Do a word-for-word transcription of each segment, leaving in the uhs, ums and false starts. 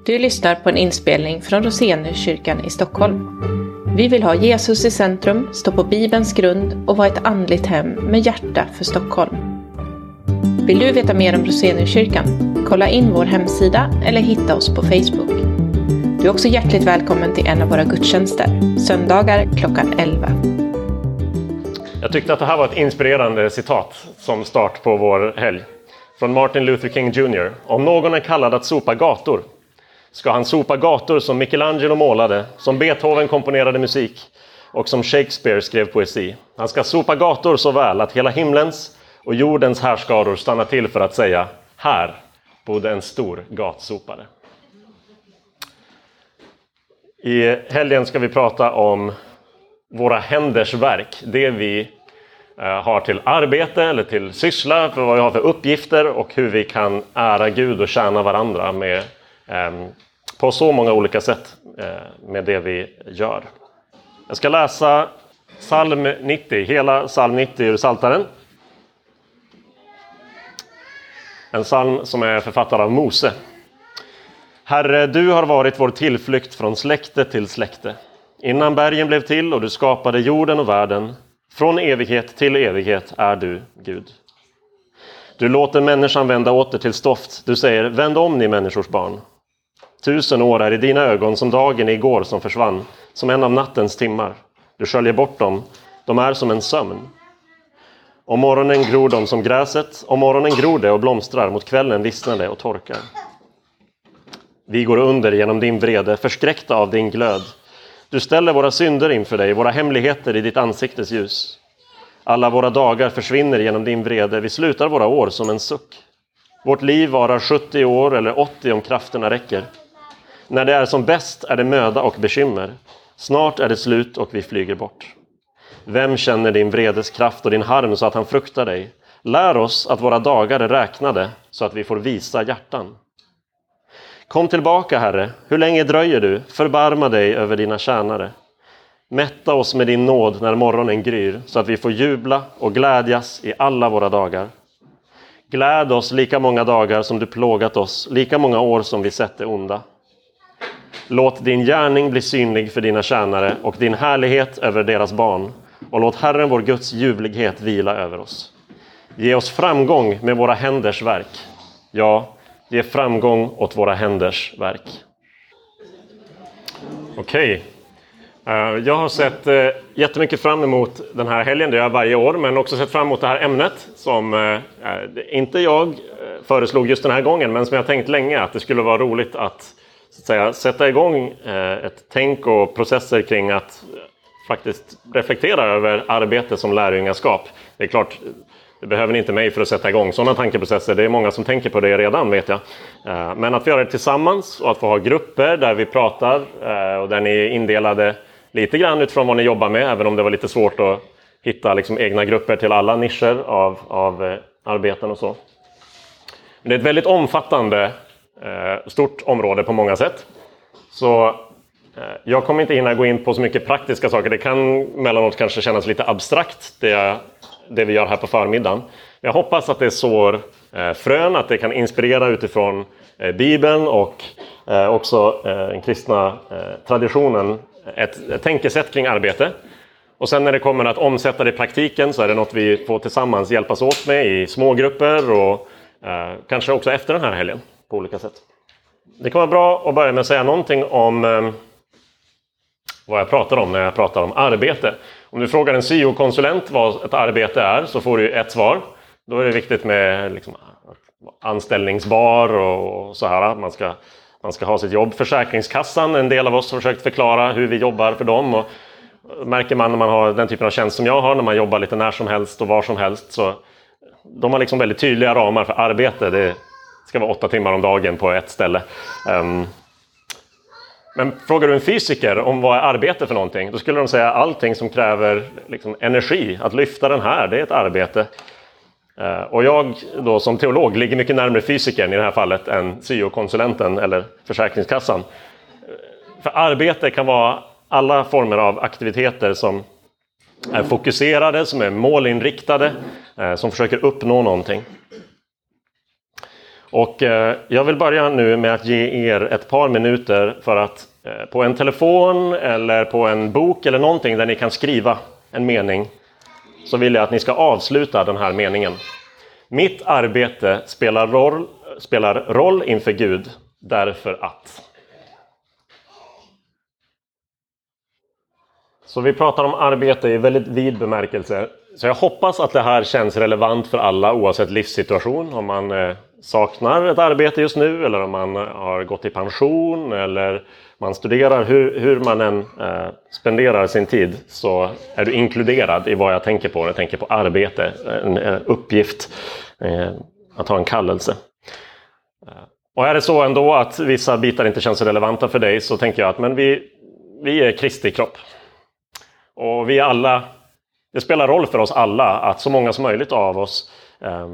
Du lyssnar på en inspelning från Roseniuskyrkan i Stockholm. Vi vill ha Jesus i centrum, stå på Bibelns grund och vara ett andligt hem med hjärta för Stockholm. Vill du veta mer om Roseniuskyrkan? Kolla in vår hemsida eller hitta oss på Facebook. Du är också hjärtligt välkommen till en av våra gudstjänster, söndagar klockan elva. Jag tyckte att det här var ett inspirerande citat som start på vår helg. Från Martin Luther King junior Om någon är kallad att sopa gator, ska han sopa gator som Michelangelo målade, som Beethoven komponerade musik och som Shakespeare skrev poesi. Han ska sopa gator så väl att hela himlens och jordens härskaror stannar till för att säga: här bodde en stor gatsopare. I helgen ska vi prata om våra händers verk. Det vi har till arbete eller till syssla, för vad vi har för uppgifter och hur vi kan ära Gud och tjäna varandra med, på så många olika sätt med det vi gör. Jag ska läsa psalm nittio, hela psalm nittio ur Psaltaren. En psalm som är författad av Mose. Herre, du har varit vår tillflykt från släkte till släkte. Innan bergen blev till och du skapade jorden och världen, från evighet till evighet är du Gud. Du låter människan vända åter till stoft. Du säger: vänd om ni människors barn. Tusen år är i dina ögon som dagen igår som försvann, som en av nattens timmar. Du sköljer bort dem, de är som en sömn. Om morgonen gror de som gräset, om morgonen gror det och blomstrar, mot kvällen vissnar det och torkar. Vi går under genom din vrede, förskräckta av din glöd. Du ställer våra synder inför dig, våra hemligheter i ditt ansiktes ljus. Alla våra dagar försvinner genom din vrede, vi slutar våra år som en suck. Vårt liv varar sjuttio år eller åttio om krafterna räcker. När det är som bäst är det möda och bekymmer. Snart är det slut och vi flyger bort. Vem känner din vredes kraft och din harm så att han fruktar dig? Lär oss att våra dagar är räknade så att vi får visa hjärtan. Kom tillbaka, Herre. Hur länge dröjer du? Förbarma dig över dina tjänare. Mätta oss med din nåd när morgonen gryr, så att vi får jubla och glädjas i alla våra dagar. Gläd oss lika många dagar som du plågat oss, lika många år som vi sett det onda. Låt din gärning bli synlig för dina tjänare och din härlighet över deras barn. Och låt Herren vår Guds ljuvlighet vila över oss. Ge oss framgång med våra händers verk. Ja, ge framgång åt våra händers verk. Okej. Okay. Jag har sett jättemycket fram emot den här helgen, det gör jag varje år, men också sett fram emot det här ämnet som inte jag föreslog just den här gången, men som jag tänkt länge att det skulle vara roligt att, så att säga, sätta igång ett tänk och processer kring att faktiskt reflektera över arbete som lärjungaskap. Det är klart, det behöver ni inte mig för att sätta igång sådana tankeprocesser. Det är många som tänker på det redan, vet jag. Men att vi gör det tillsammans och att få ha grupper där vi pratar och där ni är indelade lite grann utifrån vad ni jobbar med, även om det var lite svårt att hitta liksom egna grupper till alla nischer av, av arbeten och så. Men det är ett väldigt omfattande, stort område på många sätt. Så jag kommer inte hinna gå in på så mycket praktiska saker. Det kan mellanåt kanske kännas lite abstrakt, det, det vi gör här på förmiddagen. Jag hoppas att det sår frön, att det kan inspirera utifrån Bibeln och också den kristna traditionen. Ett, ett tänkesätt kring arbete. Och sen när det kommer att omsätta det i praktiken så är det något vi får tillsammans hjälpas åt med i små grupper och eh, kanske också efter den här helgen på olika sätt. Det kan vara bra att börja med att säga någonting om eh, vad jag pratar om när jag pratar om arbete. Om du frågar en S E O-konsulent vad ett arbete är så får du ett svar. Då är det viktigt med liksom, anställningsbar och så här. Man ska Man ska ha sitt jobb. Försäkringskassan, en del av oss har försökt förklara hur vi jobbar för dem. Och märker man när man har den typen av tjänst som jag har, när man jobbar lite när som helst och var som helst. Så de har liksom väldigt tydliga ramar för arbete. Det ska vara åtta timmar om dagen på ett ställe. Um, men frågar du en fysiker om vad är arbete för någonting, då skulle de säga allting som kräver liksom energi. Att lyfta den här, det är ett arbete. Uh, och jag då som teolog ligger mycket närmare fysikern i det här fallet än S E O-konsulenten eller Försäkringskassan. Uh, för arbete kan vara alla former av aktiviteter som är fokuserade, som är målinriktade, uh, som försöker uppnå någonting. Och eh, jag vill börja nu med att ge er ett par minuter för att eh, på en telefon eller på en bok eller någonting där ni kan skriva en mening, så vill jag att ni ska avsluta den här meningen. Mitt arbete spelar roll, spelar roll inför Gud därför att. Så vi pratar om arbete i väldigt vid bemärkelse. Så jag hoppas att det här känns relevant för alla oavsett livssituation. Om man eh, saknar ett arbete just nu, eller om man har gått i pension, eller man studerar. Hur, hur man än eh, spenderar sin tid, så är du inkluderad i vad jag tänker på. Jag tänker på arbete, en, en uppgift, eh, att ha en kallelse. Och är det så ändå att vissa bitar inte känns relevanta för dig, så tänker jag att men vi, vi är Kristi kropp. Och vi alla, det spelar roll för oss alla att så många som möjligt av oss eh,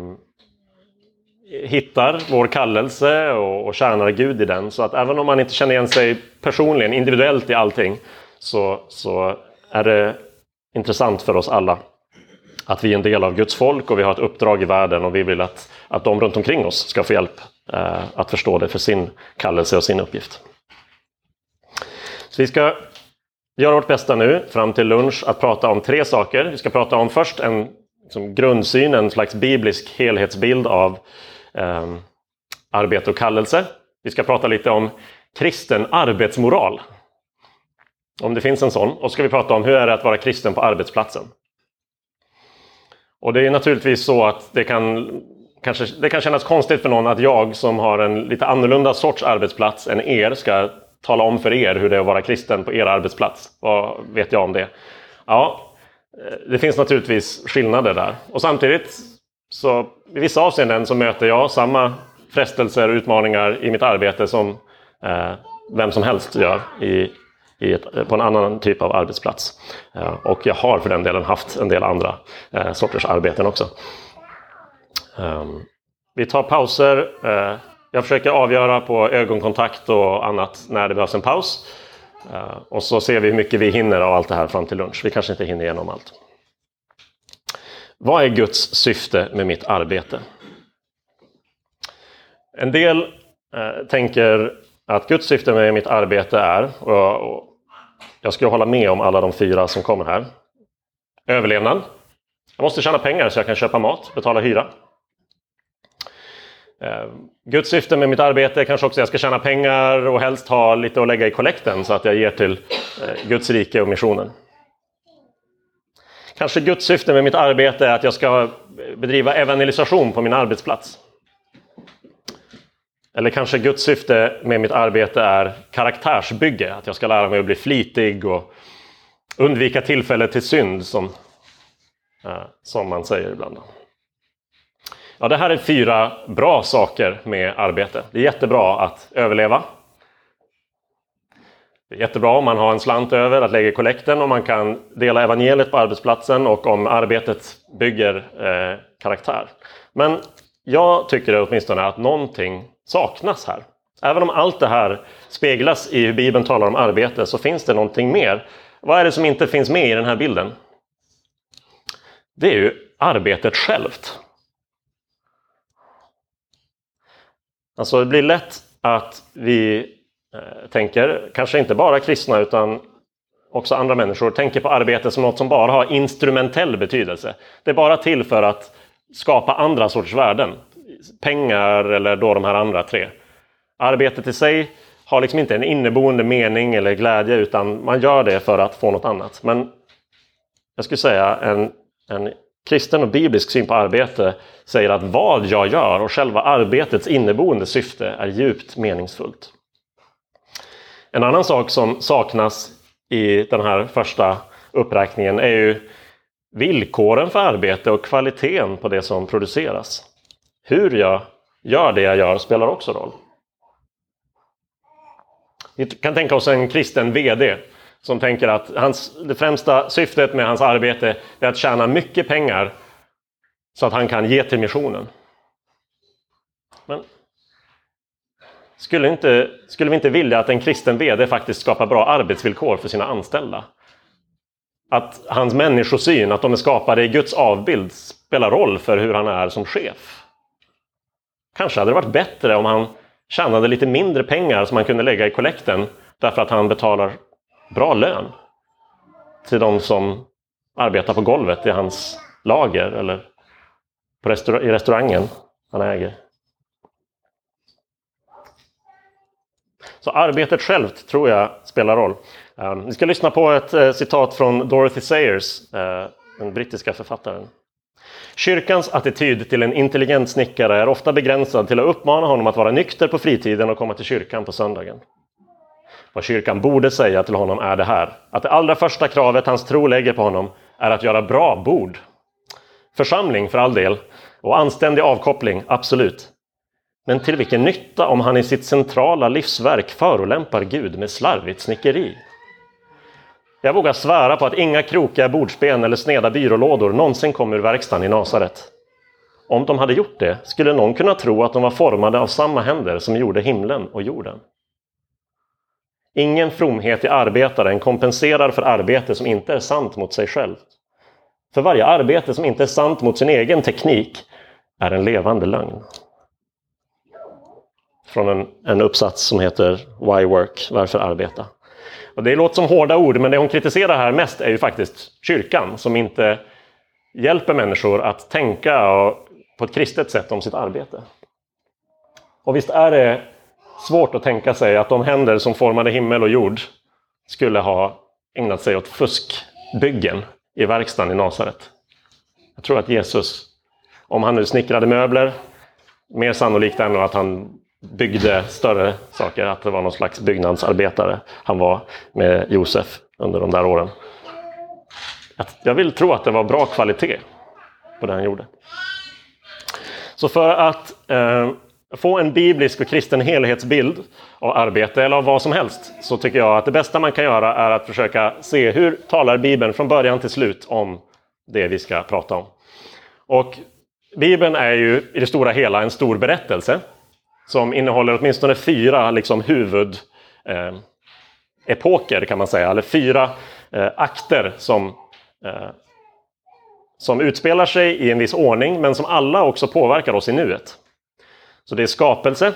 hittar vår kallelse och, och tjänar Gud i den. Så att även om man inte känner igen sig personligen, individuellt i allting, så, så är det intressant för oss alla att vi är en del av Guds folk och vi har ett uppdrag i världen, och vi vill att, att de runt omkring oss ska få hjälp eh, att förstå det för sin kallelse och sin uppgift. Så vi ska göra vårt bästa nu fram till lunch att prata om tre saker. Vi ska prata om först en liksom, grundsyn, en slags biblisk helhetsbild av eh, arbete och kallelse. Vi ska prata lite om kristen arbetsmoral, om det finns en sån. Och så ska vi prata om hur är det att vara kristen på arbetsplatsen. Och det är naturligtvis så att det kan, kanske, det kan kännas konstigt för någon att jag som har en lite annorlunda sorts arbetsplats än er ska tala om för er hur det är att vara kristen på er arbetsplats. Vad vet jag om det? Ja, det finns naturligtvis skillnader där. Och samtidigt, så i vissa avseenden så möter jag samma frestelser och utmaningar i mitt arbete som eh, vem som helst gör i, i ett, på en annan typ av arbetsplats. Eh, och jag har för den delen haft en del andra eh, sorters arbeten också. Eh, vi tar pauser. Eh, Jag försöker avgöra på ögonkontakt och annat när det behövs en paus. Uh, och så ser vi hur mycket vi hinner av allt det här fram till lunch. Vi kanske inte hinner igenom allt. Vad är Guds syfte med mitt arbete? En del uh, tänker att Guds syfte med mitt arbete är, och, och jag ska hålla med om alla de fyra som kommer här. Överlevnad. Jag måste tjäna pengar så jag kan köpa mat, betala hyra. Uh, Guds syfte med mitt arbete är kanske också att jag ska tjäna pengar och helst ha lite att lägga i kollekten så att jag ger till uh, Guds rike och missionen. Kanske Guds syfte med mitt arbete är att jag ska bedriva evangelisation på min arbetsplats. Eller kanske Guds syfte med mitt arbete är karaktärsbygge, att jag ska lära mig att bli flitig och undvika tillfälle till synd, som, uh, som man säger ibland. Ja, det här är fyra bra saker med arbete. Det är jättebra att överleva. Det är jättebra om man har en slant över att lägga i kollekten, och man kan dela evangeliet på arbetsplatsen, och om arbetet bygger eh, karaktär. Men jag tycker åtminstone att någonting saknas här. Även om allt det här speglas i hur Bibeln talar om arbete, så finns det någonting mer. Vad är det som inte finns med i den här bilden? Det är ju arbetet självt. Alltså det blir lätt att vi eh, tänker, kanske inte bara kristna utan också andra människor, tänker på arbete som något som bara har instrumentell betydelse. Det är bara till för att skapa andra sorts värden. Pengar eller då de här andra tre. Arbetet i sig har liksom inte en inneboende mening eller glädje, utan man gör det för att få något annat. Men jag skulle säga en, en kristen och biblisk syn på arbete säger att vad jag gör och själva arbetets inneboende syfte är djupt meningsfullt. En annan sak som saknas i den här första uppräkningen är ju villkoren för arbete och kvaliteten på det som produceras. Hur jag gör det jag gör spelar också roll. Vi kan tänka oss en kristen vd som tänker att hans, det främsta syftet med hans arbete är att tjäna mycket pengar så att han kan ge till missionen. Men skulle, inte, skulle vi inte vilja att en kristen vd faktiskt skapar bra arbetsvillkor för sina anställda? Att hans människosyn, att de är skapade i Guds avbild, spelar roll för hur han är som chef. Kanske hade det varit bättre om han tjänade lite mindre pengar som han kunde lägga i kollekten därför att han betalar bra lön till de som arbetar på golvet i hans lager eller på restaur- i restaurangen han äger. Så arbetet självt tror jag spelar roll. Um, vi ska lyssna på ett uh, citat från Dorothy Sayers, uh, den brittiska författaren. Kyrkans attityd till en intelligent snickare är ofta begränsad till att uppmana honom att vara nykter på fritiden och komma till kyrkan på söndagen. Vad kyrkan borde säga till honom är det här: att det allra första kravet hans tro lägger på honom är att göra bra bord. Församling för all del, och anständig avkoppling, absolut. Men till vilken nytta om han i sitt centrala livsverk förolämpar Gud med slarvigt snickeri? Jag vågar svära på att inga krokiga bordsben eller sneda byrålådor någonsin kom ur verkstaden i Nasaret. Om de hade gjort det skulle någon kunna tro att de var formade av samma händer som gjorde himlen och jorden. Ingen fromhet i arbetaren kompenserar för arbete som inte är sant mot sig själv. För varje arbete som inte är sant mot sin egen teknik är en levande lögn. Från en, en uppsats som heter Why Work? Varför arbeta? Och det låter som hårda ord, men det hon kritiserar här mest är ju faktiskt kyrkan som inte hjälper människor att tänka på ett kristet sätt om sitt arbete. Och visst är det svårt att tänka sig att de händer som formade himmel och jord skulle ha ägnat sig åt fuskbyggen i verkstaden i Nasaret. Jag tror att Jesus, om han nu snickrade möbler, mer sannolikt än att han byggde större saker, att det var någon slags byggnadsarbetare han var med Josef under de där åren. Jag vill tro att det var bra kvalitet på det han gjorde. Så för att eh, få en biblisk och kristen helhetsbild av arbete eller av vad som helst, så tycker jag att det bästa man kan göra är att försöka se hur talar Bibeln från början till slut om det vi ska prata om. Och Bibeln är ju i det stora hela en stor berättelse som innehåller åtminstone fyra liksom, huvudepoker kan man säga, eller fyra eh, akter som, eh, som utspelar sig i en viss ordning men som alla också påverkar oss i nuet. Så det är skapelse,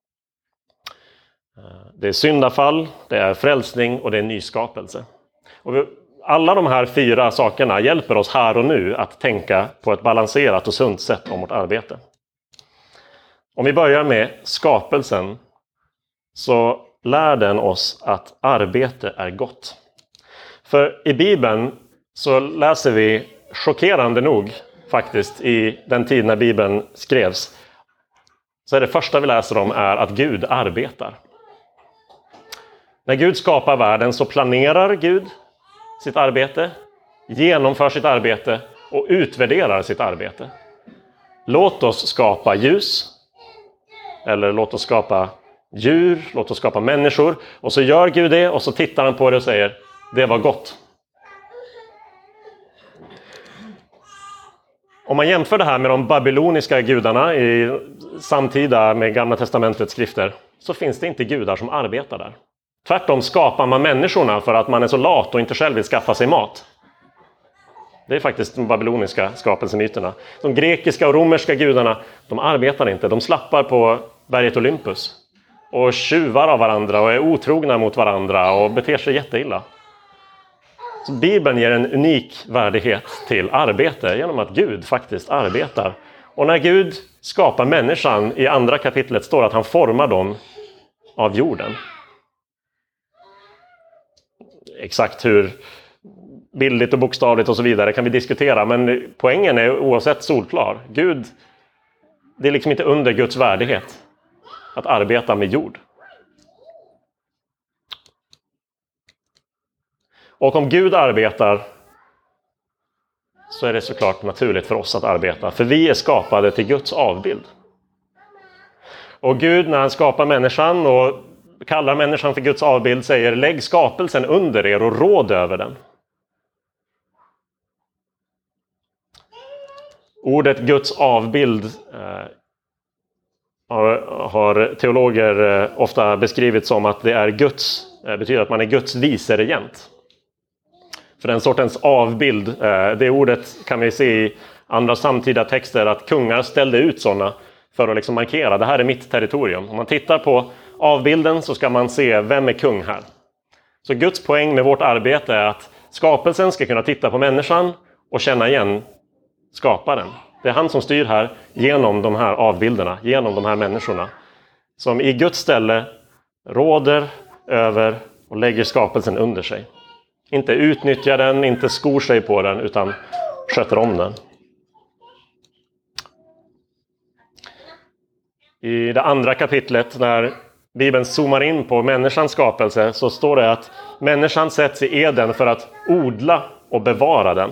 det är syndafall, det är frälsning och det är nyskapelse. Och vi, alla de här fyra sakerna hjälper oss här och nu att tänka på ett balanserat och sunt sätt om vårt arbete. Om vi börjar med skapelsen så lär den oss att arbete är gott. För i Bibeln så läser vi chockerande nog faktiskt i den tid när Bibeln skrevs, så är det första vi läser om är att Gud arbetar. När Gud skapar världen så planerar Gud sitt arbete, genomför sitt arbete och utvärderar sitt arbete. Låt oss skapa ljus, eller låt oss skapa djur, låt oss skapa människor. Och så gör Gud det och så tittar han på det och säger, det var gott. Om man jämför det här med de babyloniska gudarna i samtida med Gamla testamentets skrifter, så finns det inte gudar som arbetar där. Tvärtom skapar man människorna för att man är så lat och inte själv vill skaffa sig mat. Det är faktiskt de babyloniska skapelsemyterna. De grekiska och romerska gudarna, de arbetar inte. De slappar på berget Olympus och tjuvar av varandra och är otrogna mot varandra och beter sig jätteilla. Så Bibeln ger en unik värdighet till arbete genom att Gud faktiskt arbetar. Och när Gud skapar människan i andra kapitlet står att han formar dem av jorden. Exakt hur bildligt och bokstavligt och så vidare kan vi diskutera, men poängen är oavsett solklar. Gud, det är liksom inte under Guds värdighet att arbeta med jord. Och om Gud arbetar så är det såklart naturligt för oss att arbeta. För vi är skapade till Guds avbild. Och Gud, när han skapar människan och kallar människan för Guds avbild, säger lägg skapelsen under er och råd över den. Ordet Guds avbild eh, har, har teologer eh, ofta beskrivit som att det är Guds, eh, betyder att man är Guds viceregent. För den sortens avbild, eh, det ordet kan vi se i andra samtida texter att kungar ställde ut sådana för att liksom markera, det här är mitt territorium. Om man tittar på avbilden så ska man se, vem är kung här? Så Guds poäng med vårt arbete är att skapelsen ska kunna titta på människan och känna igen skaparen. Det är han som styr här genom de här avbilderna, genom de här människorna. Som i Guds ställe råder över och lägger skapelsen under sig. Inte utnyttjar den, inte skor sig på den, utan sköter om den. I det andra kapitlet, när Bibeln zoomar in på människans skapelse, så står det att människan sätts i Eden för att odla och bevara den.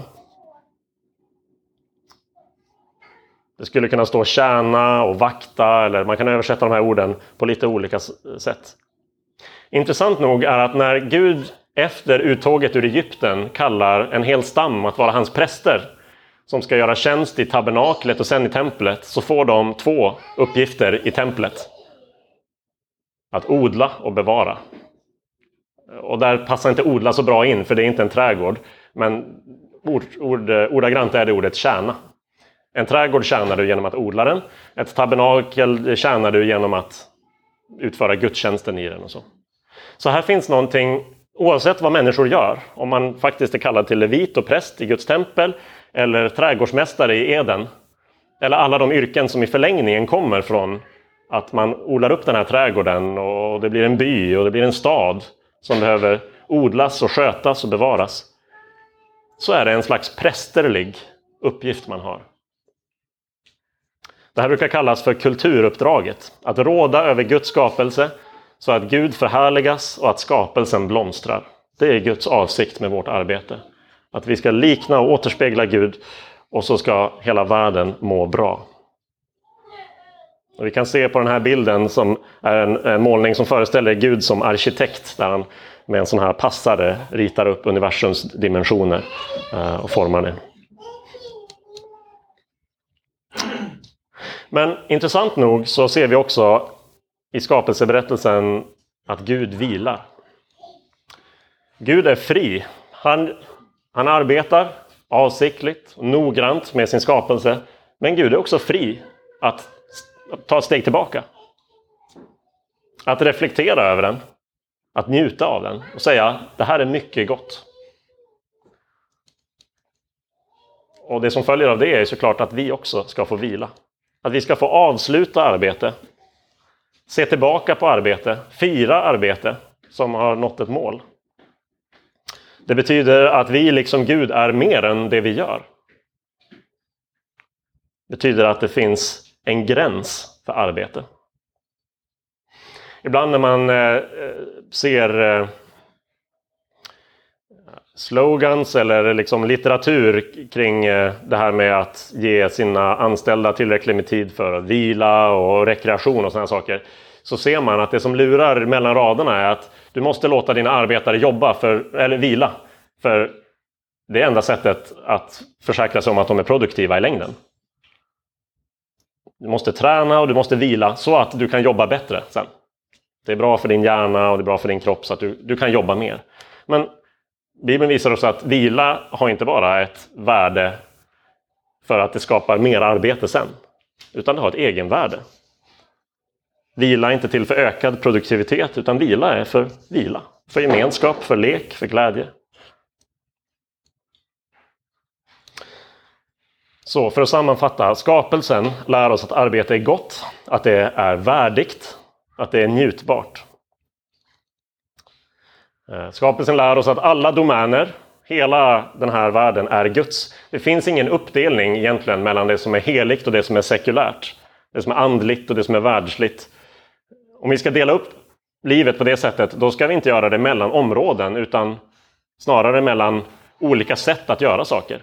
Det skulle kunna stå tjäna och vakta, eller man kan översätta de här orden på lite olika sätt. Intressant nog är att när Gud efter uttåget ur Egypten kallar en hel stam att vara hans präster, som ska göra tjänst i tabernaklet och sen i templet, så får de två uppgifter i templet. Att odla och bevara. Och där passar inte odla så bra in, för det är inte en trädgård. Men ord, ord, ordagrant är det ordet tjäna. En trädgård tjänar du genom att odla den. Ett tabernakel tjänar du genom att utföra gudstjänsten i den och så. Så här finns någonting, oavsett vad människor gör. Om man faktiskt är kallad till levit och präst i Guds tempel, eller trädgårdsmästare i Eden. Eller alla de yrken som i förlängningen kommer från att man odlar upp den här trädgården och det blir en by och det blir en stad som behöver odlas och skötas och bevaras. Så är det en slags prästerlig uppgift man har. Det här brukar kallas för kulturuppdraget. Att råda över Guds skapelse så att Gud förhärligas och att skapelsen blomstrar. Det är Guds avsikt med vårt arbete. Att vi ska likna och återspegla Gud, och så ska hela världen må bra. Och vi kan se på den här bilden, som är en, en målning som föreställer Gud som arkitekt, där han med en sån här passare ritar upp universums dimensioner uh, och formar det. Men intressant nog så ser vi också i skapelseberättelsen att Gud vilar. Gud är fri. Han, han arbetar avsiktligt och noggrant med sin skapelse. Men Gud är också fri att ta ett steg tillbaka. Att reflektera över den. Att njuta av den och säga, det här är mycket gott. Och det som följer av det är såklart att vi också ska få vila. Att vi ska få avsluta arbete. Se tillbaka på arbete. Fira arbete som har nått ett mål. Det betyder att vi liksom Gud är mer än det vi gör. Det betyder att det finns en gräns för arbete. Ibland när man eh, ser eh, slogans eller liksom litteratur kring eh, det här med att ge sina anställda tillräckligt med tid för att vila och rekreation och sådana saker, så ser man att det som lurar mellan raderna är att du måste låta dina arbetare jobba för, eller vila, för det är enda sättet att försäkra sig om att de är produktiva i längden. Du måste träna och du måste vila så att du kan jobba bättre sen. Det är bra för din hjärna och det är bra för din kropp så att du, du kan jobba mer. Men Bibeln visar oss att vila har inte bara ett värde för att det skapar mer arbete sen, utan det har ett egenvärde. Vila är inte till för ökad produktivitet, utan vila är för vila. För gemenskap, för lek, för glädje. Så för att sammanfatta, skapelsen lär oss att arbete är gott, att det är värdigt, att det är njutbart. Skapelsen lär oss att alla domäner, hela den här världen är Guds. Det finns ingen uppdelning egentligen mellan det som är heligt och det som är sekulärt. Det som är andligt och det som är världsligt. Om vi ska dela upp livet på det sättet, då ska vi inte göra det mellan områden, utan snarare mellan olika sätt att göra saker.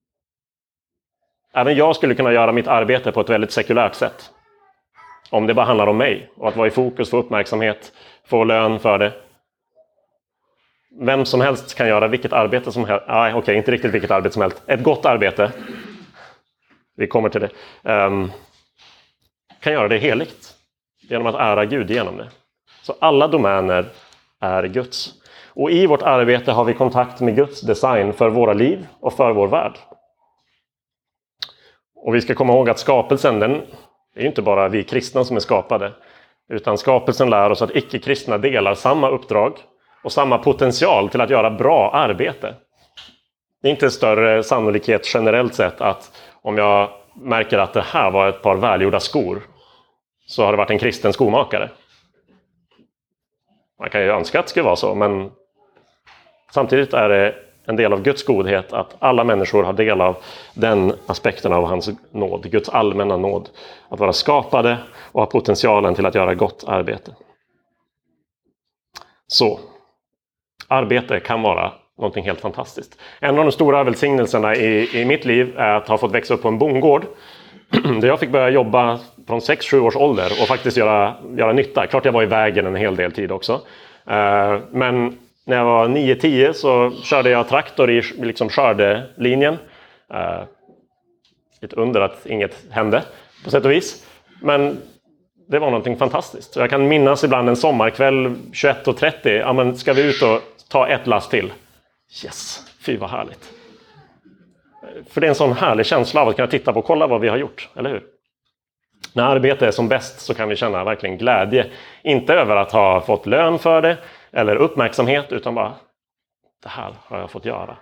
Även jag skulle kunna göra mitt arbete på ett väldigt sekulärt sätt. Om det bara handlar om mig och att vara i fokus, få uppmärksamhet, få lön för det. Vem som helst kan göra vilket arbete som helst. Nej, okej, okay, inte riktigt vilket arbete som helst. Ett gott arbete. Vi kommer till det. Um, kan göra det heligt. Genom att ära Gud genom det. Så alla domäner är Guds. Och i vårt arbete har vi kontakt med Guds design för våra liv och för vår värld. Och vi ska komma ihåg att skapelsen, den, Det är ju inte bara vi kristna som är skapade, utan skapelsen lär oss att icke-kristna delar samma uppdrag och samma potential till att göra bra arbete. Det är inte större sannolikhet generellt sett att om jag märker att det här var ett par välgjorda skor, så har det varit en kristen skomakare. Man kan ju önska att det skulle vara så, men samtidigt är det en del av Guds godhet att alla människor har del av den aspekten av hans nåd, Guds allmänna nåd. Att vara skapade och ha potentialen till att göra gott arbete. Så, arbete kan vara någonting helt fantastiskt. En av de stora välsignelserna i, i mitt liv är att ha fått växa upp på en bondgård. Där jag fick börja jobba från sex sju års ålder och faktiskt göra, göra nytta. Klart jag var i vägen en hel del tid också. Uh, men när jag var nio tio så körde jag traktor i liksom skördelinjen. Uh, ett under att inget hände på sätt och vis. Men det var någonting fantastiskt. Jag kan minnas ibland en sommarkväll tjugoett och trettio. Ja, men ska vi ut och ta ett last till? Yes, fy vad härligt. För det är en sån härlig känsla av att kunna titta på och kolla vad vi har gjort, eller hur? När arbete är som bäst så kan vi känna verkligen glädje. Inte över att ha fått lön för det eller uppmärksamhet, utan bara det här har jag fått göra.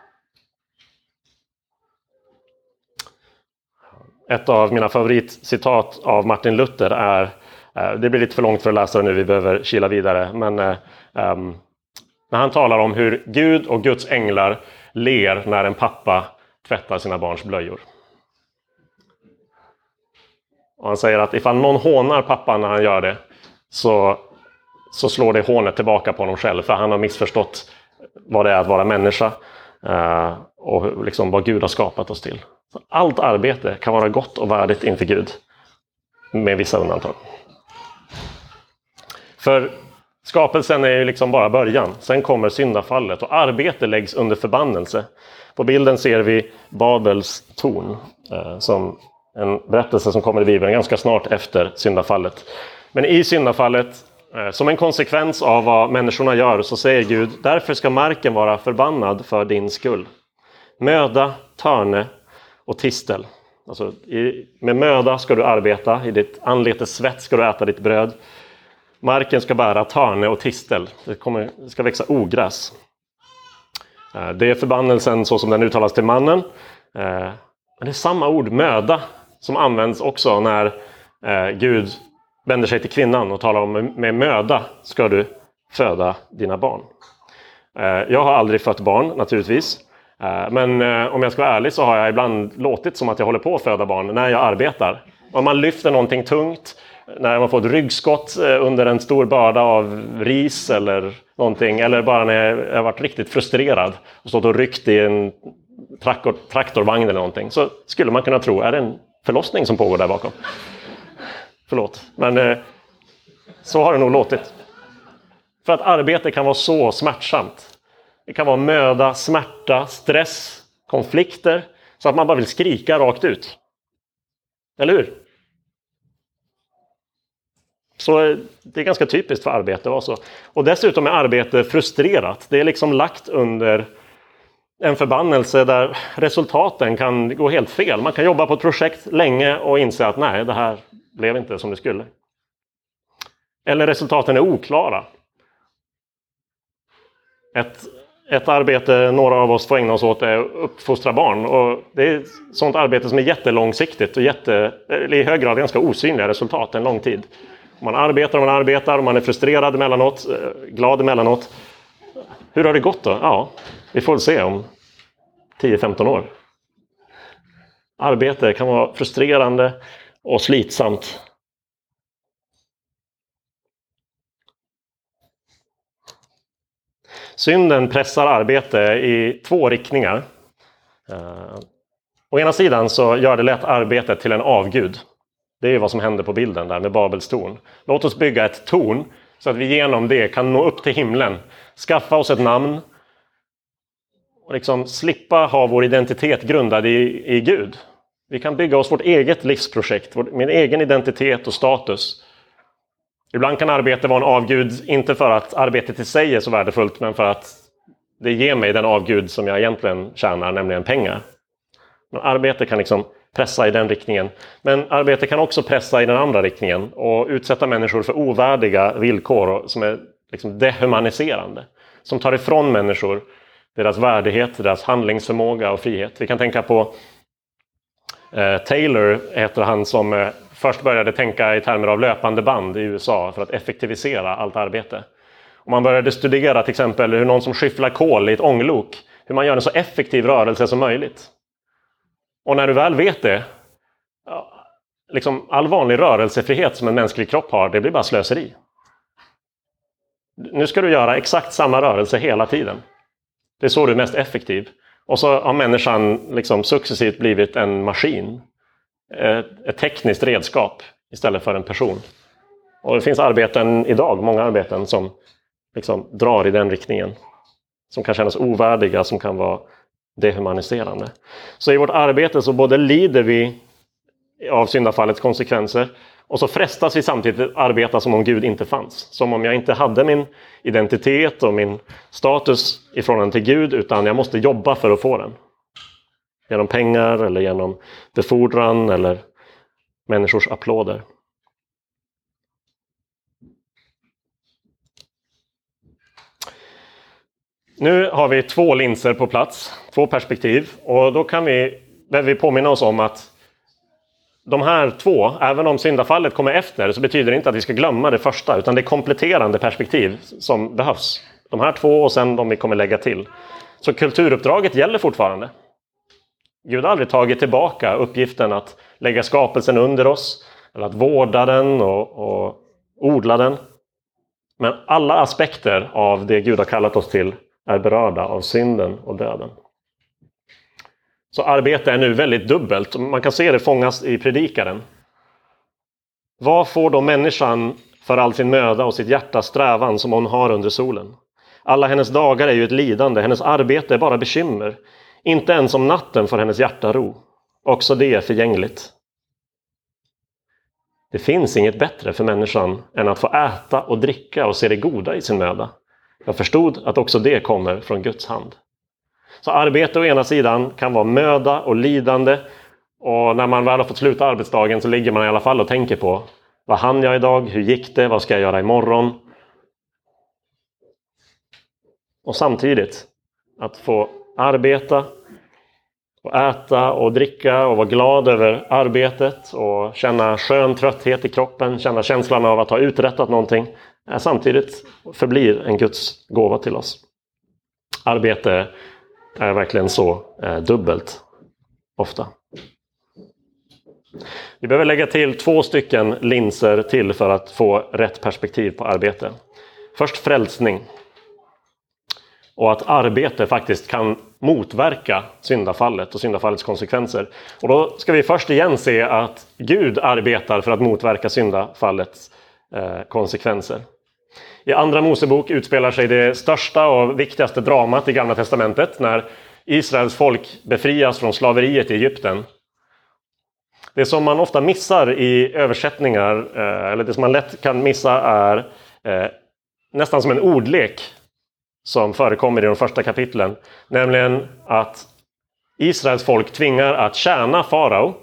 Ett av mina favoritcitat av Martin Luther är, det blir lite för långt för att läsa det nu, vi behöver kila vidare, men um, när han talar om hur Gud och Guds änglar ler när en pappa tvättar sina barns blöjor. Och han säger att ifall någon hånar pappan när han gör det, så, så slår det hånet tillbaka på honom själv, för han har missförstått vad det är att vara människa uh, och liksom vad Gud har skapat oss till. Så allt arbete kan vara gott och värdigt inför Gud, med vissa undantag. För skapelsen är ju liksom bara början. Sen kommer syndafallet och arbete läggs under förbannelse. På bilden ser vi Babels torn eh, som en berättelse som kommer i Bibeln ganska snart efter syndafallet. Men i syndafallet, eh, som en konsekvens av vad människorna gör, så säger Gud: därför ska marken vara förbannad för din skull. Möda, törne och tistel. Alltså, i, med möda ska du arbeta, i ditt anletes svett ska du äta ditt bröd. Marken ska bära törne och tistel. Det, kommer, det ska växa ogräs. Det är förbannelsen så som den uttalas till mannen. Men det är samma ord, möda, som används också när Gud vänder sig till kvinnan och talar om med möda ska du föda dina barn. Jag har aldrig fött barn, naturligtvis. Men om jag ska vara ärlig så har jag ibland låtit som att jag håller på att föda barn när jag arbetar. Om man lyfter någonting tungt, när man får ett ryggskott under en stor börda av ris eller någonting, eller bara när jag har varit riktigt frustrerad och stått och ryckt i en traktor, traktorvagn eller någonting, så skulle man kunna tro, är det en förlossning som pågår där bakom? Förlåt, men eh, så har det nog låtit. För att arbete kan vara så smärtsamt. Det kan vara möda, smärta, stress, konflikter, så att man bara vill skrika rakt ut. Eller hur? Så det är ganska typiskt för arbete att vara så. Och dessutom är arbete frustrerat. Det är liksom lagt under en förbannelse där resultaten kan gå helt fel. Man kan jobba på ett projekt länge och inse att nej, det här blev inte som det skulle. Eller resultaten är oklara. Ett, ett arbete några av oss får ägna oss åt är att uppfostra barn. Och det är sånt arbete som är jättelångsiktigt och jätte, i hög grad ganska osynliga resultat en lång tid. Man arbetar och man arbetar och man är frustrerad emellanåt, glad emellanåt. Hur har det gått då? Ja, vi får se om tio femton år. Arbete kan vara frustrerande och slitsamt. Synden pressar arbete i två riktningar. Uh, å ena sidan så gör det lätt arbetet till en avgud. Det är vad som händer på bilden där med Babels torn. Låt oss bygga ett torn så att vi genom det kan nå upp till himlen. Skaffa oss ett namn. Och liksom slippa ha vår identitet grundad i, i Gud. Vi kan bygga oss vårt eget livsprojekt. Vår, min egen identitet och status. Ibland kan arbete vara en avgud. Inte för att arbetet i sig är så värdefullt. Men för att det ger mig den avgud som jag egentligen tjänar. Nämligen pengar. Men arbete kan liksom pressa i den riktningen. Men arbete kan också pressa i den andra riktningen och utsätta människor för ovärdiga villkor som är liksom dehumaniserande. Som tar ifrån människor deras värdighet, deras handlingsförmåga och frihet. Vi kan tänka på eh, Taylor, heter han som eh, först började tänka i termer av löpande band i U S A för att effektivisera allt arbete. Och man började studera till exempel hur någon som skyfflar kol i ett ånglok, hur man gör en så effektiv rörelse som möjligt. Och när du väl vet det, ja, liksom all vanlig rörelsefrihet som en mänsklig kropp har, det blir bara slöseri. Nu ska du göra exakt samma rörelse hela tiden. Det är så du är mest effektiv. Och så har människan liksom successivt blivit en maskin. Ett, ett tekniskt redskap istället för en person. Och det finns arbeten idag, många arbeten som liksom drar i den riktningen. Som kan kännas ovärdiga, som kan vara dehumaniserande. Så i vårt arbete så både lider vi av syndafallets konsekvenser och så frestas vi samtidigt att arbeta som om Gud inte fanns. Som om jag inte hade min identitet och min status i förhållande till Gud, utan jag måste jobba för att få den. Genom pengar eller genom befordran eller människors applåder. Nu har vi två linser på plats, två perspektiv, och då kan vi, behöver vi påminna oss om att de här två, även om syndafallet kommer efter, så betyder det inte att vi ska glömma det första, utan det är kompletterande perspektiv som behövs. De här två och sen de vi kommer lägga till. Så kulturuppdraget gäller fortfarande. Gud har aldrig tagit tillbaka uppgiften att lägga skapelsen under oss, eller att vårda den och, och odla den. Men alla aspekter av det Gud har kallat oss till är berörda av synden och döden. Så arbete är nu väldigt dubbelt. Man kan se det fångas i predikaren. Vad får då människan för all sin möda och sitt hjärtas strävan som hon har under solen? Alla hennes dagar är ju ett lidande. Hennes arbete är bara bekymmer. Inte ens om natten får hennes hjärta ro. Också det är förgängligt. Det finns inget bättre för människan än att få äta och dricka och se det goda i sin möda. Jag förstod att också det kommer från Guds hand. Så arbete å ena sidan kan vara möda och lidande. Och när man väl har fått sluta arbetsdagen så ligger man i alla fall och tänker på: vad hann jag idag? Hur gick det? Vad ska jag göra imorgon? Och samtidigt att få arbeta och äta och dricka och vara glad över arbetet och känna skön trötthet i kroppen, känna känslan av att ha uträttat någonting, är samtidigt förblir en Guds gåva till oss. Arbete är verkligen så eh, dubbelt ofta. Vi behöver lägga till två stycken linser till för att få rätt perspektiv på arbete. Först frälsning. Och att arbete faktiskt kan motverka syndafallet och syndafallets konsekvenser. Och då ska vi först igen se att Gud arbetar för att motverka syndafallets eh, konsekvenser. I andra Mosebok utspelar sig det största och viktigaste dramat i Gamla testamentet när Israels folk befrias från slaveriet i Egypten. Det som man ofta missar i översättningar, eh, eller det som man lätt kan missa, är eh, nästan som en ordlek som förekommer i de första kapitlen. Nämligen att Israels folk tvingar att tjäna farao.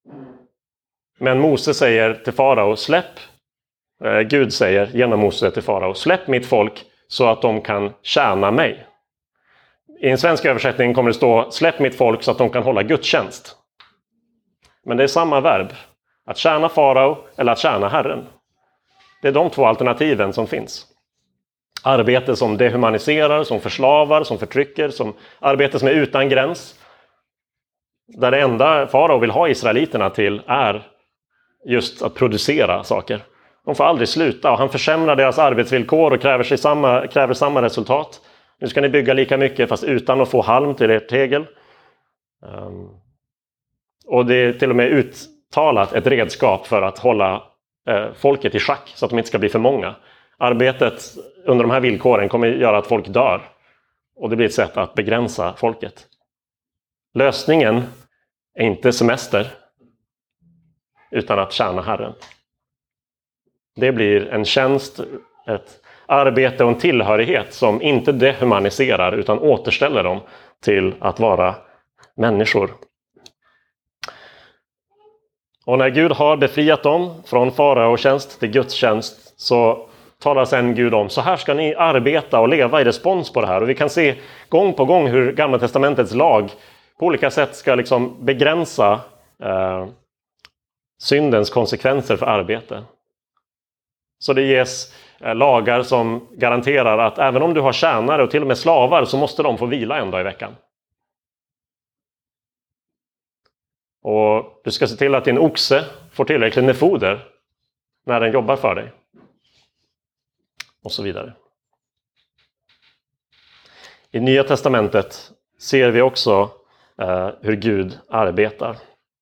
Men Mose säger till farao: släpp. Eh, Gud säger genom Mose till farao: släpp mitt folk så att de kan tjäna mig. I en svensk översättning kommer det stå: släpp mitt folk så att de kan hålla gudstjänst. Men det är samma verb. Att tjäna farao eller att tjäna Herren. Det är de två alternativen som finns. Arbete som dehumaniserar, som förslavar, som förtrycker, som arbete som är utan gräns. Där det enda farao vill ha israeliterna till är just att producera saker. De får aldrig sluta, och han försämrar deras arbetsvillkor och kräver, sig samma, kräver samma resultat. Nu ska ni bygga lika mycket fast utan att få halm till ert tegel. Um, och det är till och med uttalat ett redskap för att hålla eh, folket i schack så att de inte ska bli för många. Arbetet under de här villkoren kommer göra att folk dör. Och det blir ett sätt att begränsa folket. Lösningen är inte semester, utan att tjäna Herren. Det blir en tjänst, ett arbete och en tillhörighet som inte dehumaniserar utan återställer dem till att vara människor. Och när Gud har befriat dem från faraotjänst till Guds tjänst, så talar sen Gud om: så här ska ni arbeta och leva i respons på det här. Och vi kan se gång på gång hur Gamla testamentets lag på olika sätt ska liksom begränsa eh, syndens konsekvenser för arbete. Så det ges eh, lagar som garanterar att även om du har tjänare och till och med slavar, så måste de få vila en dag i veckan. Och du ska se till att din oxe får tillräckligt med foder när den jobbar för dig. Och så vidare. I Nya testamentet ser vi också eh, hur Gud arbetar.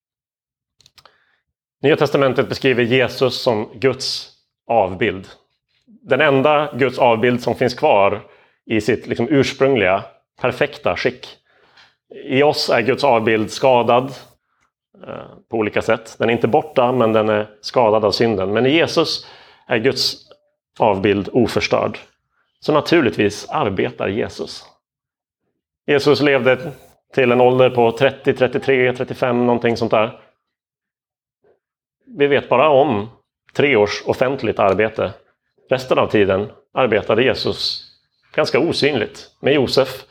Nya testamentet beskriver Jesus som Guds avbild. Den enda Guds avbild som finns kvar i sitt liksom ursprungliga, perfekta skick. I oss är Guds avbild skadad eh, på olika sätt. Den är inte borta, men den är skadad av synden. Men i Jesus är Guds avbild oförstörd. Så naturligtvis arbetar Jesus. Jesus levde till en ålder på trettio, trettiotre, trettiofem, någonting sånt där. Vi vet bara om tre års offentligt arbete. Resten av tiden arbetade Jesus ganska osynligt med Josef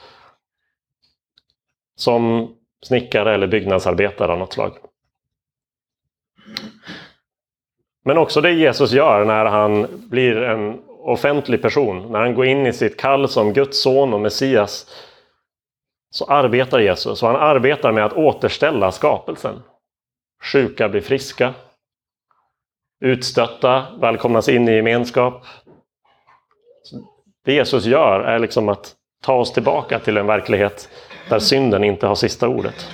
som snickare eller byggnadsarbetare av något slag. Men också det Jesus gör när han blir en offentlig person, när han går in i sitt kall som Guds son och Messias, så arbetar Jesus, och han arbetar med att återställa skapelsen. Sjuka blir friska, utstötta välkomnas in i gemenskap. Det Jesus gör är liksom att ta oss tillbaka till en verklighet där synden inte har sista ordet.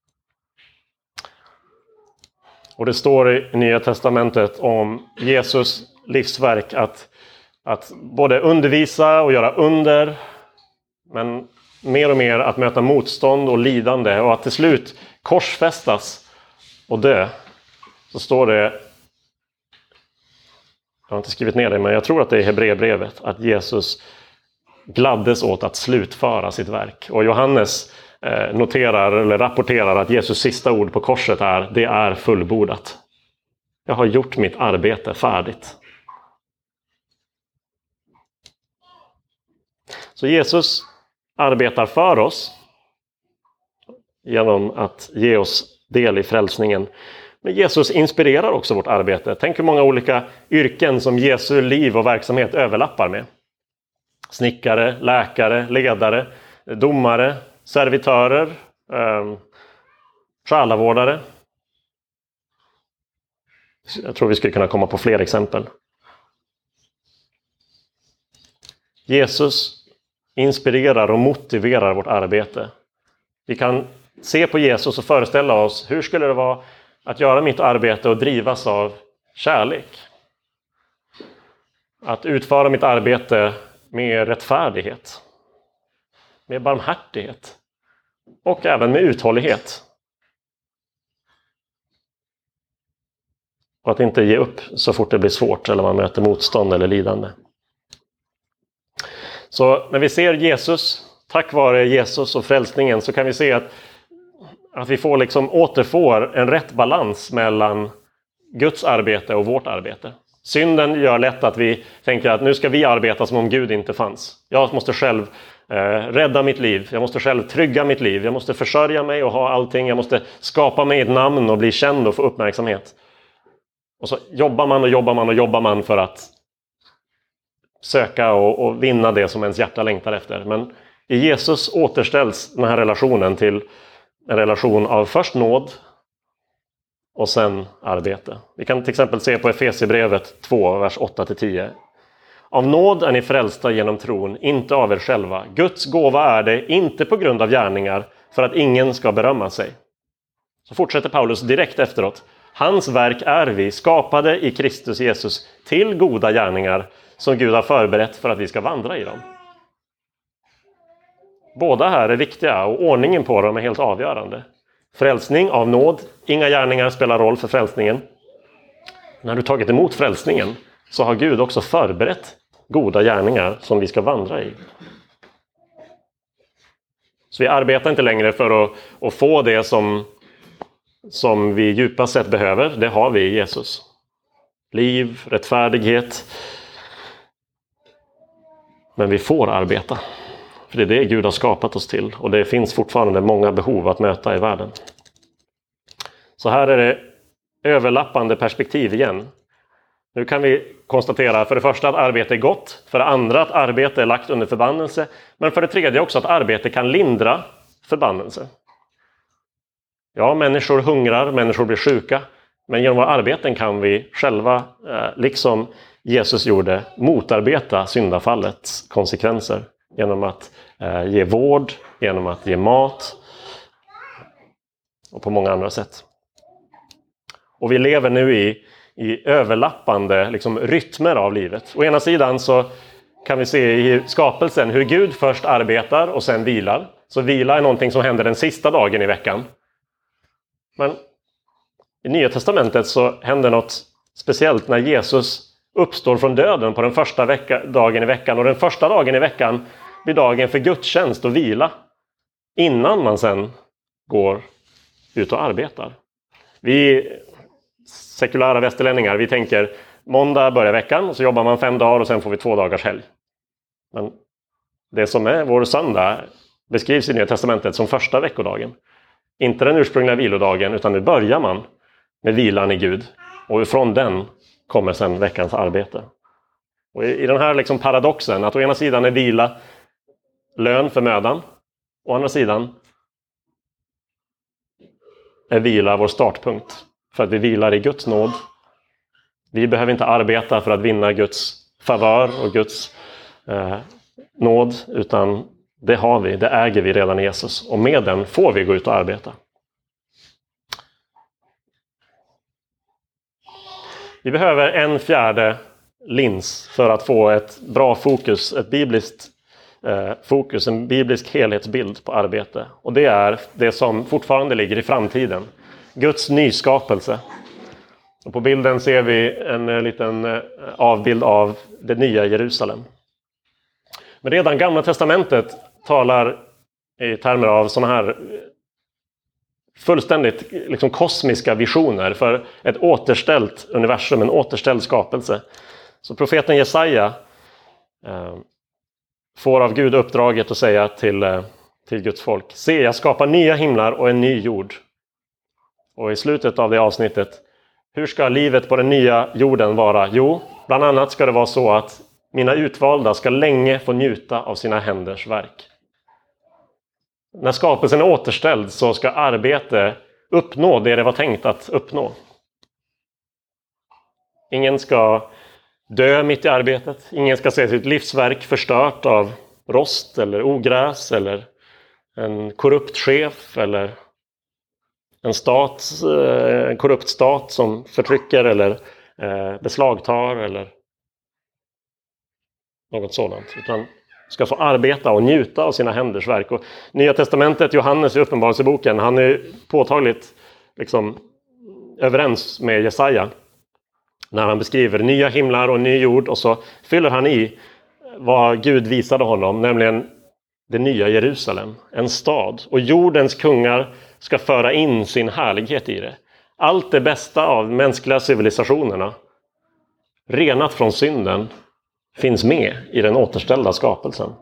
Och det står i Nya testamentet om Jesus livsverk att, att både undervisa och göra under, men mer och mer att möta motstånd och lidande, och att till slut korsfästas och dö. Så står det, jag har inte skrivit ner det, men jag tror att det är Hebreerbrevet, att Jesus gladdes åt att slutföra sitt verk. Och Johannes eh, noterar eller rapporterar att Jesus sista ord på korset är: det är fullbordat. Jag har gjort mitt arbete färdigt. Så Jesus arbetar för oss genom att ge oss del i frälsningen. Men Jesus inspirerar också vårt arbete. Tänk hur många olika yrken som Jesu liv och verksamhet överlappar med. Snickare, läkare, ledare, domare, servitörer, eh, själavårdare. Jag tror vi skulle kunna komma på fler exempel. Jesus inspirerar och motiverar vårt arbete. Vi kan se på Jesus och föreställa oss: hur skulle det vara att göra mitt arbete och drivas av kärlek? Att utföra mitt arbete med rättfärdighet, med barmhärtighet och även med uthållighet. Och att inte ge upp så fort det blir svårt eller man möter motstånd eller lidande. Så när vi ser Jesus, tack vare Jesus och frälsningen, så kan vi se att, att vi får liksom återfår en rätt balans mellan Guds arbete och vårt arbete. Synden gör lätt att vi tänker att nu ska vi arbeta som om Gud inte fanns. Jag måste själv eh, rädda mitt liv. Jag måste själv trygga mitt liv. Jag måste försörja mig och ha allting. Jag måste skapa mig ett namn och bli känd och få uppmärksamhet. Och så jobbar man och jobbar man och jobbar man för att söka och, och vinna det som ens hjärta längtar efter. Men i Jesus återställs den här relationen till en relation av först nåd och sen arbete. Vi kan till exempel se på Efesierbrevet två, vers åtta till tio. Av nåd är ni frälsta genom tron, inte av er själva. Guds gåva är det, inte på grund av gärningar, för att ingen ska berömma sig. Så fortsätter Paulus direkt efteråt. Hans verk är vi, skapade i Kristus Jesus till goda gärningar som Gud har förberett för att vi ska vandra i dem. Båda här är viktiga och ordningen på dem är helt avgörande. Frälsning av nåd, inga gärningar spelar roll för frälsningen. När du tagit emot frälsningen så har Gud också förberett goda gärningar som vi ska vandra i. Så vi arbetar inte längre för att, att få det som som vi djupast sett behöver, det har vi i Jesus. Liv, rättfärdighet. Men vi får arbeta. För det är det Gud har skapat oss till. Och det finns fortfarande många behov att möta i världen. Så här är det överlappande perspektiv igen. Nu kan vi konstatera för det första att arbete är gott. För det andra att arbete är lagt under förbannelse. Men för det tredje också att arbete kan lindra förbannelse. Ja, människor hungrar, människor blir sjuka. Men genom våra arbeten kan vi själva, liksom Jesus gjorde, motarbeta syndafallets konsekvenser. Genom att ge vård, genom att ge mat och på många andra sätt. Och vi lever nu i, i överlappande liksom, rytmer av livet. Å ena sidan så kan vi se i skapelsen hur Gud först arbetar och sen vilar. Så vila är någonting som händer den sista dagen i veckan. Men i Nya testamentet så händer något speciellt när Jesus uppstår från döden på den första vecka, dagen i veckan. Och den första dagen i veckan blir dagen för gudstjänst och vila. Innan man sen går ut och arbetar. Vi sekulära västerlänningar, vi tänker måndag börjar veckan och så jobbar man fem dagar och sen får vi två dagars helg. Men det som är vår söndag beskrivs i Nya testamentet som första veckodagen. Inte den ursprungliga vilodagen, utan nu börjar man med vilan i Gud. Och ifrån den kommer sen veckans arbete. Och i, i den här liksom paradoxen, att å ena sidan är vila lön för mödan. Å andra sidan är vila vår startpunkt. För att vi vilar i Guds nåd. Vi behöver inte arbeta för att vinna Guds favör och Guds eh, nåd, utan det har vi, det äger vi redan i Jesus. Och med den får vi gå ut och arbeta. Vi behöver en fjärde lins för att få ett bra fokus, ett bibliskt eh, fokus, en biblisk helhetsbild på arbete. Och det är det som fortfarande ligger i framtiden. Guds nyskapelse. Och på bilden ser vi en eh, liten eh, avbild av det nya Jerusalem. Men redan Gamla testamentet talar i termer av sådana här fullständigt liksom kosmiska visioner för ett återställt universum, en återställd skapelse. Så profeten Jesaja eh, får av Gud uppdraget att säga till, eh, till Guds folk: se, jag skapar nya himlar och en ny jord. Och i slutet av det avsnittet, hur ska livet på den nya jorden vara? Jo, bland annat ska det vara så att mina utvalda ska länge få njuta av sina händers verk. När skapelsen är återställd så ska arbete uppnå det det var tänkt att uppnå. Ingen ska dö mitt i arbetet. Ingen ska se sitt livsverk förstört av rost eller ogräs eller en korrupt chef eller en stat, en korrupt stat som förtrycker eller beslagtar eller något sådant. Utan ska få arbeta och njuta av sina händers verk. Och Nya testamentet, Johannes i Uppenbarelseboken, han är påtagligt liksom överens med Jesaja när han beskriver nya himlar och ny jord, och så fyller han i vad Gud visade honom, nämligen det nya Jerusalem, en stad. Och jordens kungar ska föra in sin härlighet i det. Allt det bästa av mänskliga civilisationerna, renat från synden, finns med i den återställda skapelsen.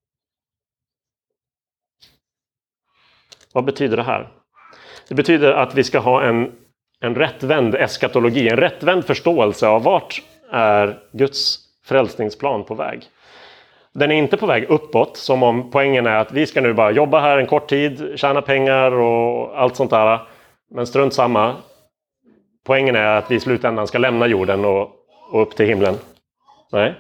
Vad betyder det här? Det betyder att vi ska ha en, en rättvänd eskatologi, en rättvänd förståelse av vart är Guds frälsningsplan på väg. Den är inte på väg uppåt, som om poängen är att vi ska nu bara jobba här en kort tid, tjäna pengar och allt sånt där. Men strunt samma. Poängen är att vi i slutändan ska lämna jorden och, och upp till himlen. Nej.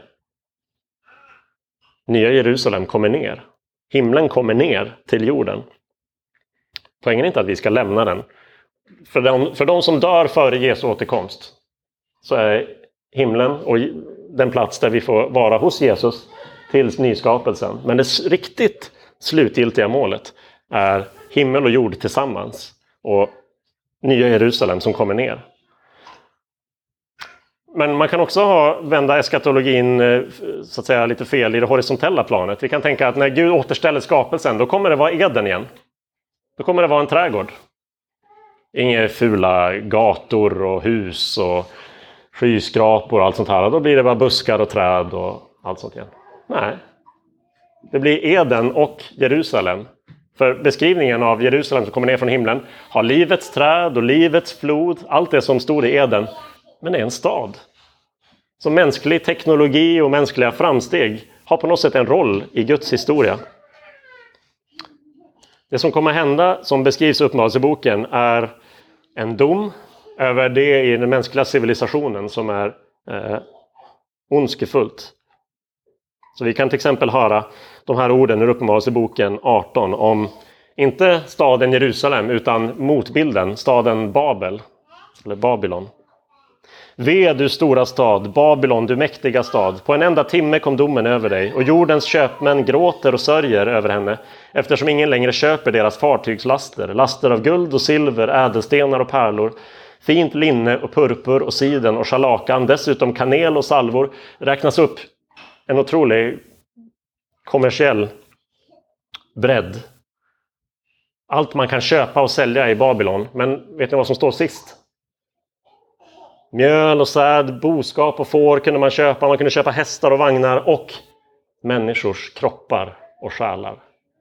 Nya Jerusalem kommer ner. Himlen kommer ner till jorden. Poängen är inte att vi ska lämna den. För de, för de som dör före Jesu återkomst så är himlen och den plats där vi får vara hos Jesus tills nyskapelsen. Men det riktigt slutgiltiga målet är himmel och jord tillsammans och nya Jerusalem som kommer ner. Men man kan också ha, vända eskatologin så att säga lite fel i det horisontella planet. Vi kan tänka att när Gud återställer skapelsen, då kommer det vara Eden igen. Då kommer det vara en trädgård. Inga fula gator och hus och skyskrapor och allt sånt här. Då blir det bara buskar och träd och allt sånt igen. Nej. Det blir Eden och Jerusalem. För beskrivningen av Jerusalem som kommer ner från himlen har livets träd och livets flod. Allt det som stod i Eden. Men det är en stad. Så mänsklig teknologi och mänskliga framsteg har på något sätt en roll i Guds historia. Det som kommer hända, som beskrivs i Uppenbarelseboken, är en dom över det i den mänskliga civilisationen som är eh, ondskefullt. Så vi kan till exempel höra de här orden ur Uppenbarelseboken arton om inte staden Jerusalem utan motbilden, staden Babel eller Babylon. Ve du stora stad, Babylon, du mäktiga stad. På en enda timme kom domen över dig och jordens köpmän gråter och sörjer över henne eftersom ingen längre köper deras fartygslaster, laster av guld och silver, ädelstenar och pärlor, fint linne och purpur och siden och scharlakan, dessutom kanel och salvor. Räknas upp en otrolig kommersiell bredd. Allt man kan köpa och sälja i Babylon, men vet ni vad som står sist? Mjöl och säd, boskap och får kunde man köpa. Man kunde köpa hästar och vagnar och människors kroppar och själar.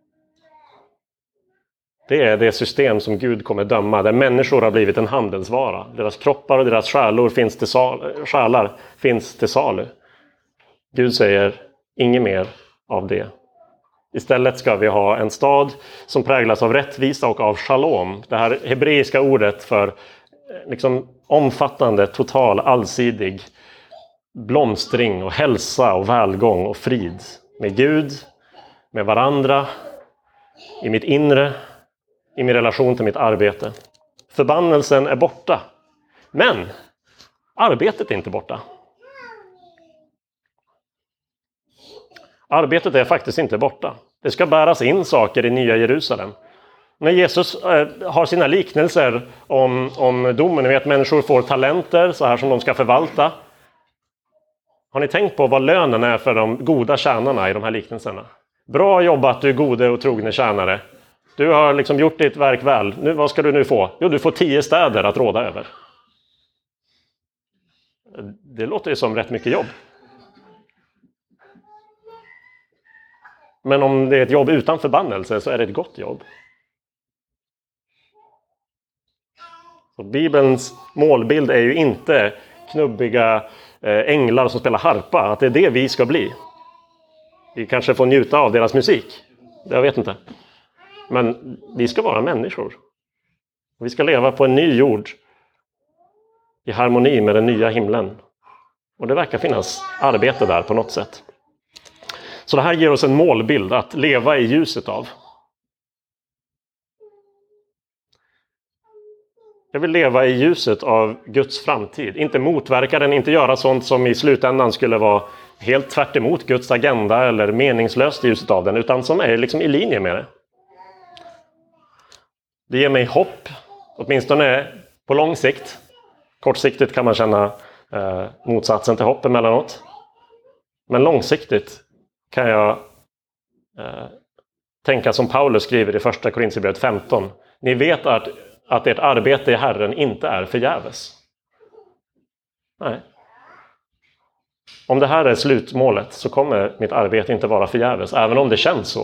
Det är det system som Gud kommer döma, där människor har blivit en handelsvara. Deras kroppar och deras själor finns till sal- själar finns till salu. Gud säger inget mer av det. Istället ska vi ha en stad som präglas av rättvisa och av shalom. Det här hebreiska ordet för liksom omfattande, total, allsidig blomstring och hälsa och välgång och frid. Med Gud, med varandra, i mitt inre, i min relation till mitt arbete. Förbannelsen är borta. Men arbetet är inte borta. Arbetet är faktiskt inte borta. Det ska bäras in saker i nya Jerusalem. När Jesus eh, har sina liknelser om, om domen, ni vet människor får talenter så här som de ska förvalta. Har ni tänkt på vad lönen är för de goda tjänarna i de här liknelserna? Bra jobbat du gode och trogne tjänare. Du har liksom gjort ditt verk väl. Nu, vad ska du nu få? Jo, du får tio städer att råda över. Det låter ju som rätt mycket jobb. Men om det är ett jobb utan förbannelse så är det ett gott jobb. Så Bibelns målbild är ju inte knubbiga änglar som spelar harpa. Att det är det vi ska bli. Vi kanske får njuta av deras musik. Jag vet inte. Men vi ska vara människor. Vi ska leva på en ny jord. I harmoni med den nya himlen. Och det verkar finnas arbete där på något sätt. Så det här ger oss en målbild att leva i ljuset av. Jag vill leva i ljuset av Guds framtid. Inte motverka den, inte göra sånt som i slutändan skulle vara helt tvärt emot Guds agenda eller meningslöst i ljuset av den. Utan som är liksom i linje med det. Det ger mig hopp, åtminstone på lång sikt. Kortsiktigt kan man känna eh, motsatsen till hopp emellanåt. Men långsiktigt kan jag eh, tänka som Paulus skriver i första Korinthierbrevet femton. Ni vet att, att ert arbete i Herren inte är förgäves. Nej. Om det här är slutmålet så kommer mitt arbete inte vara förgäves. Även om det känns så.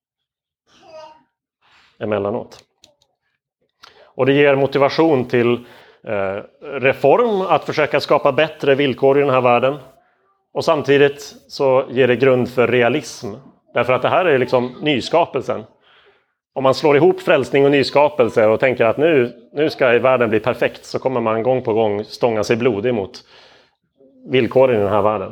Emellanåt. Och det ger motivation till eh, reform. Att försöka skapa bättre villkor i den här världen. Och samtidigt så ger det grund för realism. Därför att det här är liksom nyskapelsen. Om man slår ihop frälsning och nyskapelse och tänker att nu, nu ska världen bli perfekt. Så kommer man gång på gång stånga sig blodig mot villkoren i den här världen.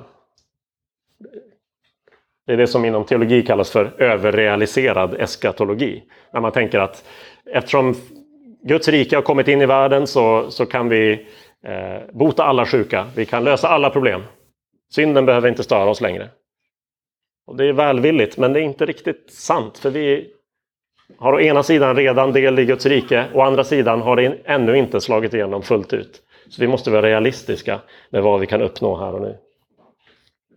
Det är det som inom teologi kallas för överrealiserad eskatologi. När man tänker att eftersom Guds rike har kommit in i världen så, så kan vi eh, bota alla sjuka. Vi kan lösa alla problem. Synden behöver inte störa oss längre. Och det är välvilligt, men det är inte riktigt sant. För vi har å ena sidan redan del i Guds rike. Å andra sidan har det ännu inte slagit igenom fullt ut. Så vi måste vara realistiska med vad vi kan uppnå här och nu.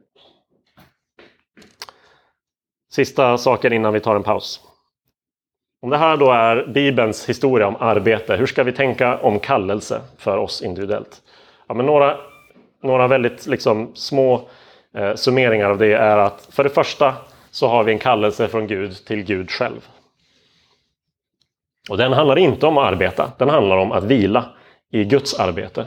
Sista saken innan vi tar en paus. Om det här då är Bibelns historia om arbete, hur ska vi tänka om kallelse för oss individuellt? Ja, men några, några väldigt liksom, små eh, summeringar av det är att för det första så har vi en kallelse från Gud till Gud själv. Och den handlar inte om att arbeta, den handlar om att vila i Guds arbete.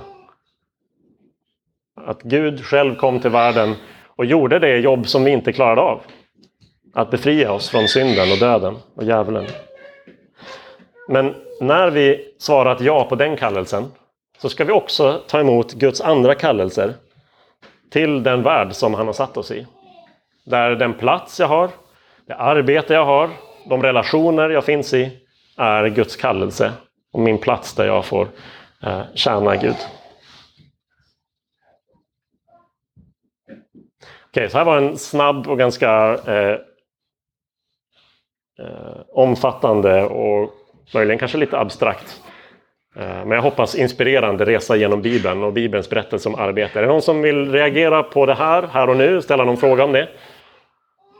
Att Gud själv kom till världen och gjorde det jobb som vi inte klarade av. Att befria oss från synden och döden och djävulen. Men när vi svarat ja på den kallelsen så ska vi också ta emot Guds andra kallelser till den värld som han har satt oss i. Där den plats jag har, det arbete jag har, de relationer jag finns i är Guds kallelse och min plats där jag får eh, tjäna Gud. Okej, så här var en snabb och ganska eh, eh, omfattande och möjligen kanske lite abstrakt. Eh, men jag hoppas inspirerande resa genom Bibeln och Bibelns berättelse om arbete. Är det någon som vill reagera på det här, här och nu, ställa någon fråga om det?